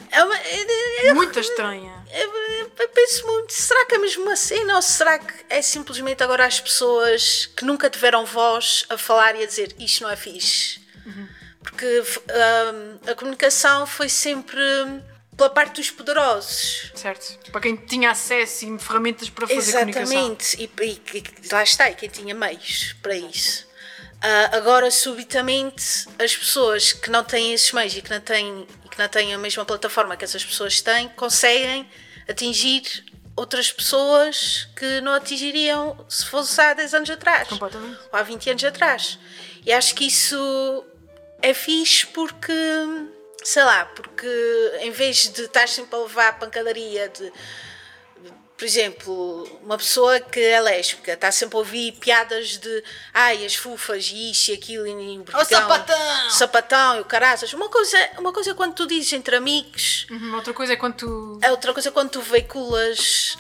Muito estranha. Eu penso muito, será que é mesmo uma cena ou será que é simplesmente agora as pessoas que nunca tiveram voz a falar e a dizer isto não é fixe? Porque a comunicação foi sempre pela parte dos poderosos. Certo. Para quem tinha acesso e ferramentas para fazer comunicação. Exatamente. E lá está, e quem tinha meios para isso. Agora, subitamente, as pessoas que não têm esses meios e que não têm a mesma plataforma que essas pessoas têm, conseguem atingir outras pessoas que não atingiriam se fosse há 10 anos atrás. Completamente. Ou há 20 anos atrás. E acho que isso é fixe porque, sei lá, porque em vez de estar sempre a levar a pancadaria por exemplo, uma pessoa que é lésbica está sempre a ouvir piadas de as fufas e isto e aquilo e o sapatão e o caraças. Uma coisa é quando tu dizes entre amigos. Outra coisa é quando tu... Outra coisa é quando tu veiculas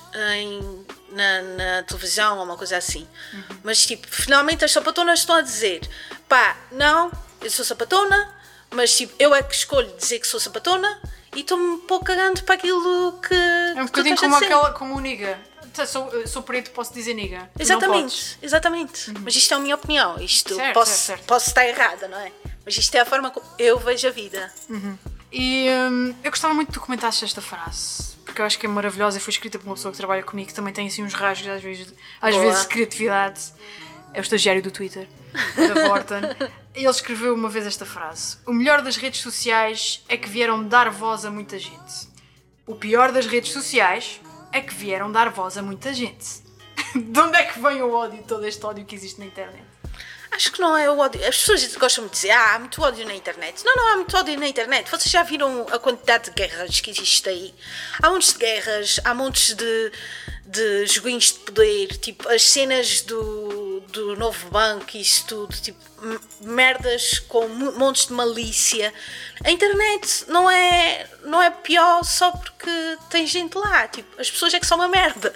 na televisão ou uma coisa assim. Mas tipo, finalmente as sapatonas estão a dizer não, eu sou sapatona, mas tipo, eu é que escolho dizer que sou sapatona e estou-me um pouco cagando para aquilo que é um bocadinho como o niga. Sou preto, posso dizer niga. Exatamente. Mas isto é a minha opinião. Isto certo. posso estar errada, não é? Mas isto é a forma como eu vejo a vida. E eu gostava muito de comentar esta frase, porque eu acho que é maravilhosa e foi escrita por uma pessoa que trabalha comigo, que também tem assim uns rasgos às vezes de criatividade. É o estagiário do Twitter, da Vorten. Ele escreveu uma vez esta frase: o melhor das redes sociais é que vieram dar voz a muita gente. O pior das redes sociais é que vieram dar voz a muita gente. De onde é que vem o ódio, todo este ódio que existe na internet? Acho que não é o ódio. As pessoas gostam de dizer há muito ódio na internet. Não há muito ódio na internet. Vocês já viram a quantidade de guerras que existe aí? Há montes de guerras, há montes de joguinhos de poder, tipo as cenas do novo banco e isso tudo, tipo merdas com montes de malícia. A internet não é pior só porque tem gente lá, tipo, as pessoas é que são uma merda.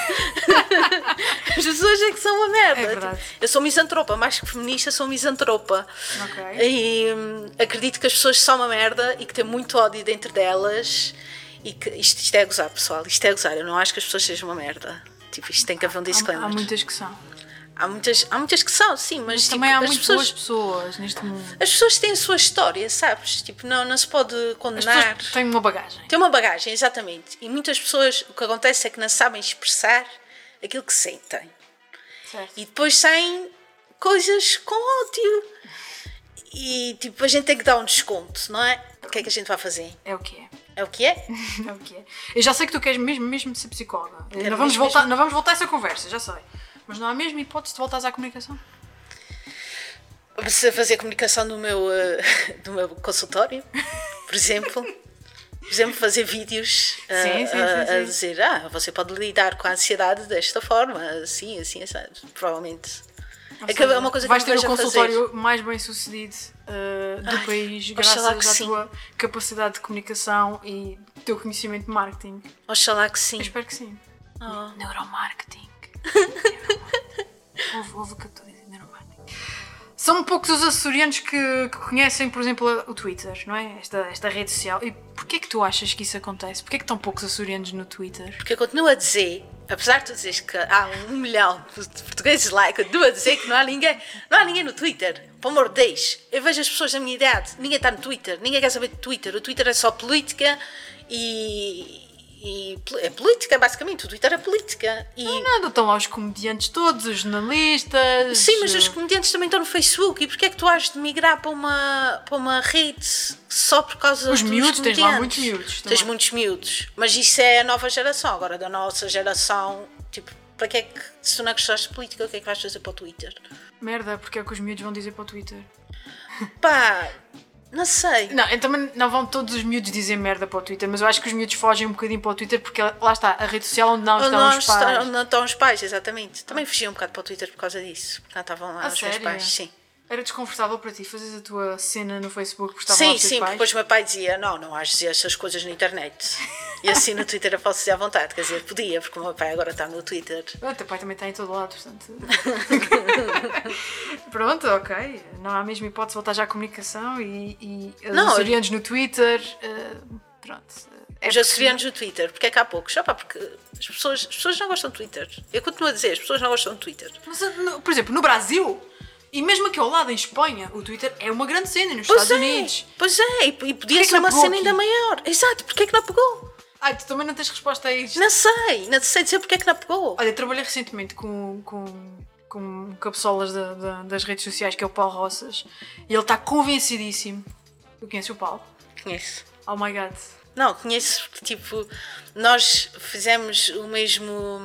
As pessoas é que são uma merda. É verdade. Tipo, eu sou misantropa, mais que feminista, sou misantropa. E acredito que as pessoas são uma merda e que têm muito ódio dentro delas. E que isto é a gozar, pessoal, isto é a gozar. Eu não acho que as pessoas sejam uma merda. Tipo, isto tem que haver um disclaimer. Há muitas que são. Há muitas que são, sim, mas tipo, também há muitas boas pessoas neste mundo. As pessoas têm a sua história, sabes? Tipo, não se pode condenar. As pessoas têm uma bagagem. Tem uma bagagem, exatamente. E muitas pessoas, o que acontece é que não sabem expressar aquilo que sentem. Certo. E depois saem coisas com ódio. E tipo, a gente tem que dar um desconto, não é? O que é que a gente vai fazer? É o que é. É o que é? É o que é. Eu já sei que tu queres mesmo ser psicóloga. Não vamos voltar a essa conversa, já sei. Mas não há mesmo hipótese de voltares à comunicação? Você fazer comunicação no meu consultório, por exemplo. Por exemplo, fazer vídeos a dizer você pode lidar com a ansiedade desta forma, assim, provavelmente. É uma coisa que vais ter o consultório mais bem sucedido do país, graças à tua capacidade de comunicação e teu conhecimento de marketing. Oxalá que sim. Eu espero que sim. Neuromarketing. Ouve o que eu estou a dizer, neuromarketing. São poucos os açorianos que conhecem, por exemplo, o Twitter, não é? Esta rede social. E porquê que tu achas que isso acontece? Porquê que estão poucos açorianos no Twitter? Porque eu continuo a dizer, apesar de tu dizeres que há 1 milhão de portugueses lá, eu continuo a dizer que não há ninguém no Twitter. Pelo amor de Deus. Eu vejo as pessoas da minha idade, ninguém está no Twitter, ninguém quer saber de Twitter. O Twitter é só política e é política, basicamente. O Twitter é política. Não nada, estão lá os comediantes todos, os jornalistas. Sim, mas os comediantes também estão no Facebook. E porquê é que tu has de migrar para uma rede só por causa dos miúdos? Tens lá muitos miúdos. Tens muitos miúdos. Mas isso é a nova geração. Agora, da nossa geração, tipo, para que é que, se tu não gostaste de política, o que é que vais fazer para o Twitter? Merda, porque é o que os miúdos vão dizer para o Twitter. Não sei. Não, também não vão todos os miúdos dizer merda para o Twitter, mas eu acho que os miúdos fogem um bocadinho para o Twitter porque lá está, a rede social onde não estão os pais. Onde não estão os pais, exatamente. Também fugiam um bocado para o Twitter por causa disso, porque não estavam lá os meus pais, sim. Era desconfortável para ti fazeres a tua cena no Facebook porque estavam lá os teus pais? Depois o meu pai dizia, não has de dizer essas coisas na internet. E assim no Twitter eu posso dizer à vontade, quer dizer, podia, porque o meu pai agora está no Twitter. O teu pai também está em todo lado, portanto... Pronto, ok. Não há mesmo hipótese de voltar já à comunicação e os açorianos no Twitter, pronto... Os açorianos no Twitter, porque é que há poucos? Porque as pessoas não gostam de Twitter. Eu continuo a dizer, as pessoas não gostam de Twitter. Mas, por exemplo, no Brasil... E mesmo aqui ao lado, em Espanha, o Twitter é uma grande cena nos Estados Unidos. Pois é, e podia ser uma cena ainda maior. Exato, porque é que não pegou? Tu também não tens resposta a isto? Não sei dizer porque é que não pegou. Olha, trabalhei recentemente com cabeçolas das redes sociais, que é o Paulo Roças, e ele está convencidíssimo. Tu conheces o Paulo? Conheço. Oh my God. Não, conheço, tipo, nós fizemos o mesmo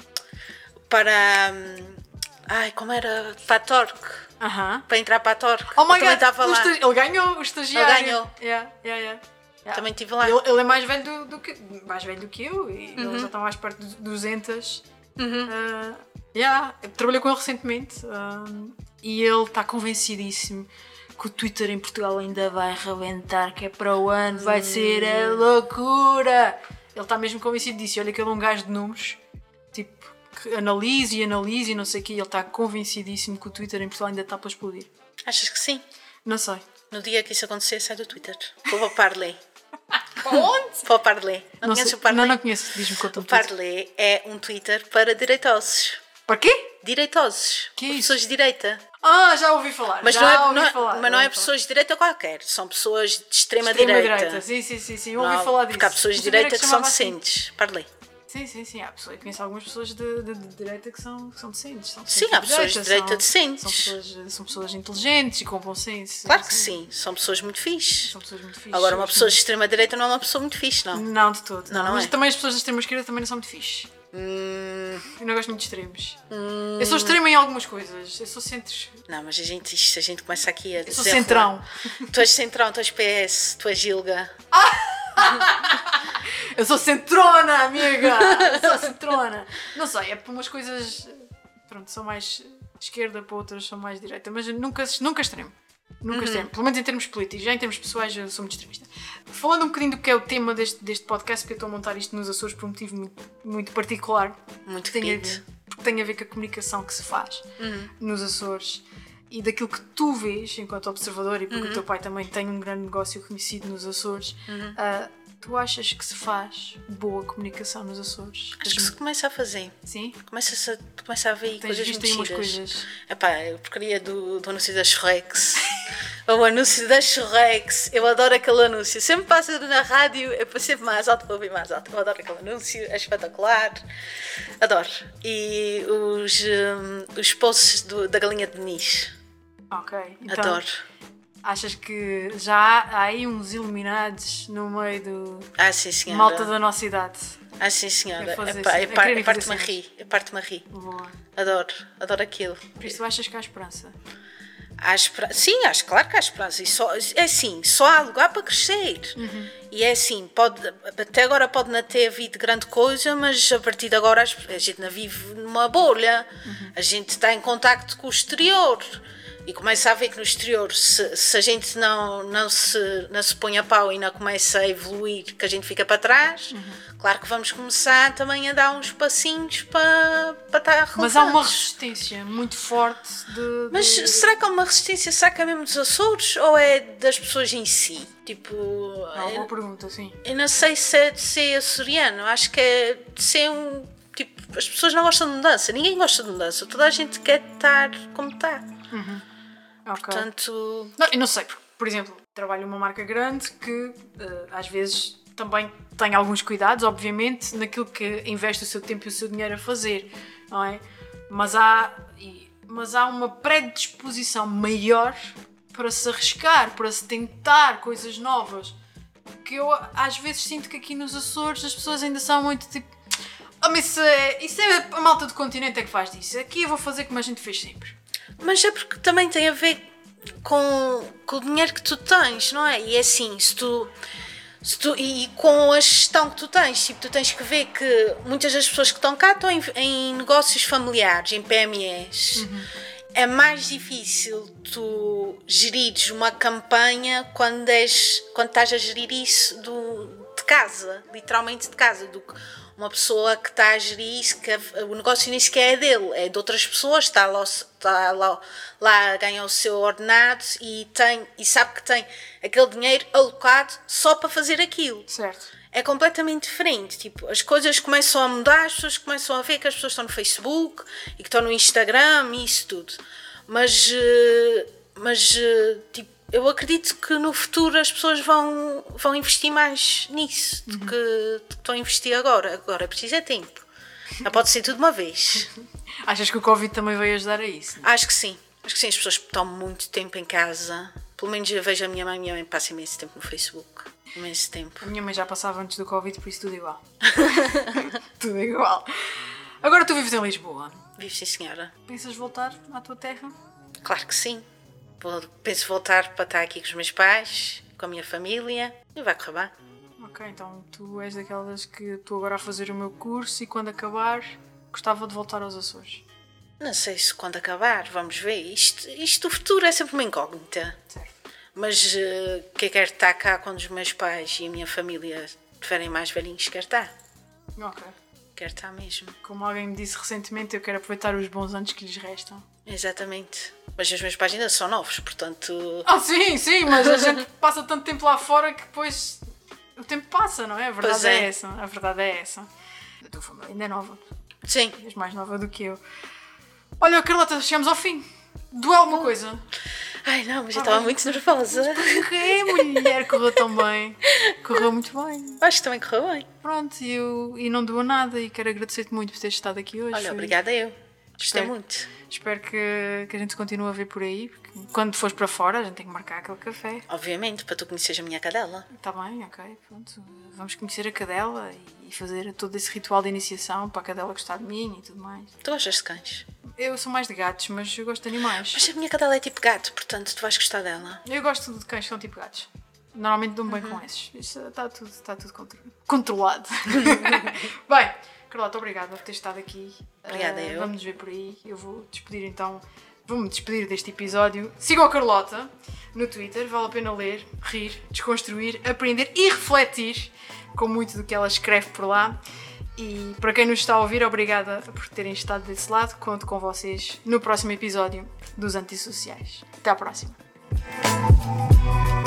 para... como era? Para a Torque. Para entrar para a Torque. Oh my God, ele ganhou o estagiário. Ele ganhou. Yeah. Também estive lá. Ele é mais velho do que eu e ele já está mais perto dos 200. Trabalhei com ele recentemente e ele está convencidíssimo que o Twitter em Portugal ainda vai arrebentar, que é para o ano, vai ser a loucura. Ele está mesmo convencido disso. Olha que ele é um gajo de números, tipo, que analise e não sei o quê, ele está convencidíssimo que o Twitter em Portugal ainda está para explodir. Achas que sim? Não sei. No dia que isso acontecer, sai do Twitter. Vou para o Parler. Para onde? Para o Parler. Não conheces o Parler? Não conheço. Diz-me quanto o Parler é um Twitter para direitosos. Para quê? Direitosos. Que é isso? Pessoas de direita. Já ouvi falar. Mas não é pessoas de direita qualquer. São pessoas de extrema direita. Sim. Eu ouvi falar disso. Porque há pessoas de direita que são decentes. Parler. Sim, há pessoas, eu conheço algumas pessoas de direita que são decentes. Sim, há pessoas de direita decentes. São pessoas inteligentes e com bom senso. Claro que sim, são pessoas muito fixe. Agora, uma pessoa de extrema direita não é uma pessoa muito fixe, não? Não, de todo. Não mas é. também as pessoas da extrema esquerda também não são muito fixe. Eu não gosto muito de extremos. Eu sou extrema em algumas coisas. Eu sou centros. Não, mas a gente começa aqui a dizer... Eu sou centrão. Tu és centrão, tu és PS, tu és Gilga. Eu sou centrona, amiga! Eu sou centrona! Não sei, é para umas coisas. Pronto, são mais esquerda, para outras são mais direita, mas nunca extremo. Nunca extremo. Pelo menos em termos políticos, já em termos pessoais eu sou muito extremista. Falando um bocadinho do que é o tema deste podcast, porque eu estou a montar isto nos Açores por um motivo muito particular. Muito porque tem a ver com a comunicação que se faz nos Açores. E daquilo que tu vês enquanto observador, e porque o teu pai também tem um grande negócio conhecido nos Açores, tu achas que se faz boa comunicação nos Açores? Acho que se começa a fazer. Sim? Começa a ver coisas muito giras. Coisas. Eu porcaria do anúncio da Shrex. O anúncio da Shrex. Eu adoro aquele anúncio. Sempre passa na rádio, é para sempre mais alto, para ouvir mais alto. Eu adoro aquele anúncio, é espetacular. Adoro. E os posts da galinha de Denise. Ok. Então, adoro. Achas que já há aí uns iluminados no meio do sim, senhora. malta da nossa idade? Sim, senhora. A parte-me a rir. Boa. Adoro aquilo. Por isso achas que há esperança? Sim, acho claro que há esperança. E só há lugar para crescer. E é assim, até agora pode não ter havido grande coisa, mas a partir de agora a gente não vive numa bolha. A gente está em contacto com o exterior. E começa a ver que no exterior, se a gente não se põe a pau e não começa a evoluir, que a gente fica para trás, claro que vamos começar também a dar uns passinhos para estar relevantes. Mas há uma resistência muito forte Mas será que há uma resistência? Será que é mesmo dos Açores ou é das pessoas em si? Tipo... É uma boa pergunta, sim. Eu não sei se é de ser açoriano, acho que é de ser um... Tipo, as pessoas não gostam de mudança, ninguém gosta de mudança, toda a gente quer estar como está. Okay. Portanto... Eu não sei, porque, por exemplo, trabalho numa marca grande que às vezes também tem alguns cuidados, obviamente, naquilo que investe o seu tempo e o seu dinheiro a fazer, não é? Mas há uma predisposição maior para se arriscar, para se tentar coisas novas, que eu às vezes sinto que aqui nos Açores as pessoas ainda são muito tipo... mas isso é a malta do continente é que faz disso, aqui eu vou fazer como a gente fez sempre. Mas é porque também tem a ver, com o dinheiro que tu tens, não é? E é assim, e com a gestão que tu tens, tipo, tu tens que ver que muitas das pessoas que estão cá estão em negócios familiares, em PMEs. É mais difícil tu gerires uma campanha quando estás a gerir isso de casa, literalmente de casa, do que uma pessoa que está a gerir isso, que o negócio nem sequer é dele, é de outras pessoas, está lá a ganhar o seu ordenado e sabe que tem aquele dinheiro alocado só para fazer aquilo. Certo. É completamente diferente, tipo, as coisas começam a mudar, as pessoas começam a ver que as pessoas estão no Facebook e que estão no Instagram e isso tudo. Mas tipo, eu acredito que no futuro as pessoas vão investir mais nisso do que estão a investir agora. Agora precisa de tempo. Não pode ser tudo de uma vez. Achas que o Covid também veio ajudar a isso? Acho que sim. As pessoas estão muito tempo em casa. Pelo menos eu vejo a minha mãe passa imenso tempo no Facebook. Imenso tempo. A minha mãe já passava antes do Covid, por isso tudo igual. Tudo igual. Agora tu vives em Lisboa. Vivo, sim, senhora. Pensas voltar à tua terra? Claro que sim. Penso voltar para estar aqui com os meus pais, com a minha família, e vai correr bem. Ok, então tu és daquelas que estou agora a fazer o meu curso e quando acabar gostava de voltar aos Açores. Não sei se quando acabar, vamos ver. Isto do futuro é sempre uma incógnita. Certo. Mas que eu quero estar cá quando os meus pais e a minha família estiverem mais velhinhos, quero estar. Ok. Quero estar mesmo. Como alguém me disse recentemente, eu quero aproveitar os bons anos que lhes restam. Exatamente. Mas os meus pais ainda são novos, portanto... Sim, mas a gente passa tanto tempo lá fora que depois o tempo passa, não é? A verdade é essa. A verdade é essa. A tua família ainda é nova. Sim. És mais nova do que eu. Olha, Carlota, chegamos ao fim. Doeu alguma coisa? Ai não, mas eu estava muito nervosa. Porquê, mulher? Correu tão bem. Correu muito bem. Acho que também correu bem. Pronto, e não doeu nada e quero agradecer-te muito por teres estado aqui hoje. Olha, obrigada eu. Gostei muito. Espero que a gente continue a ver por aí. Porque quando fores para fora, a gente tem que marcar aquele café. Obviamente, para tu conheceres a minha cadela. Está bem, ok. Pronto. Vamos conhecer a cadela e fazer todo esse ritual de iniciação para a cadela gostar de mim e tudo mais. Tu gostas de cães? Eu sou mais de gatos, mas eu gosto de animais. Mas a minha cadela é tipo gato, portanto tu vais gostar dela. Eu gosto de cães que são tipo gatos. Normalmente dou-me bem com esses. Isso está tudo controlado. Bem, Carlota, obrigada por ter estado aqui. Obrigada eu. Vamos nos ver por aí. Eu vou despedir então. Vou-me despedir deste episódio. Sigam a Carlota no Twitter. Vale a pena ler, rir, desconstruir, aprender e refletir com muito do que ela escreve por lá. E para quem nos está a ouvir, obrigada por terem estado desse lado. Conto com vocês no próximo episódio dos Antissociais. Até à próxima.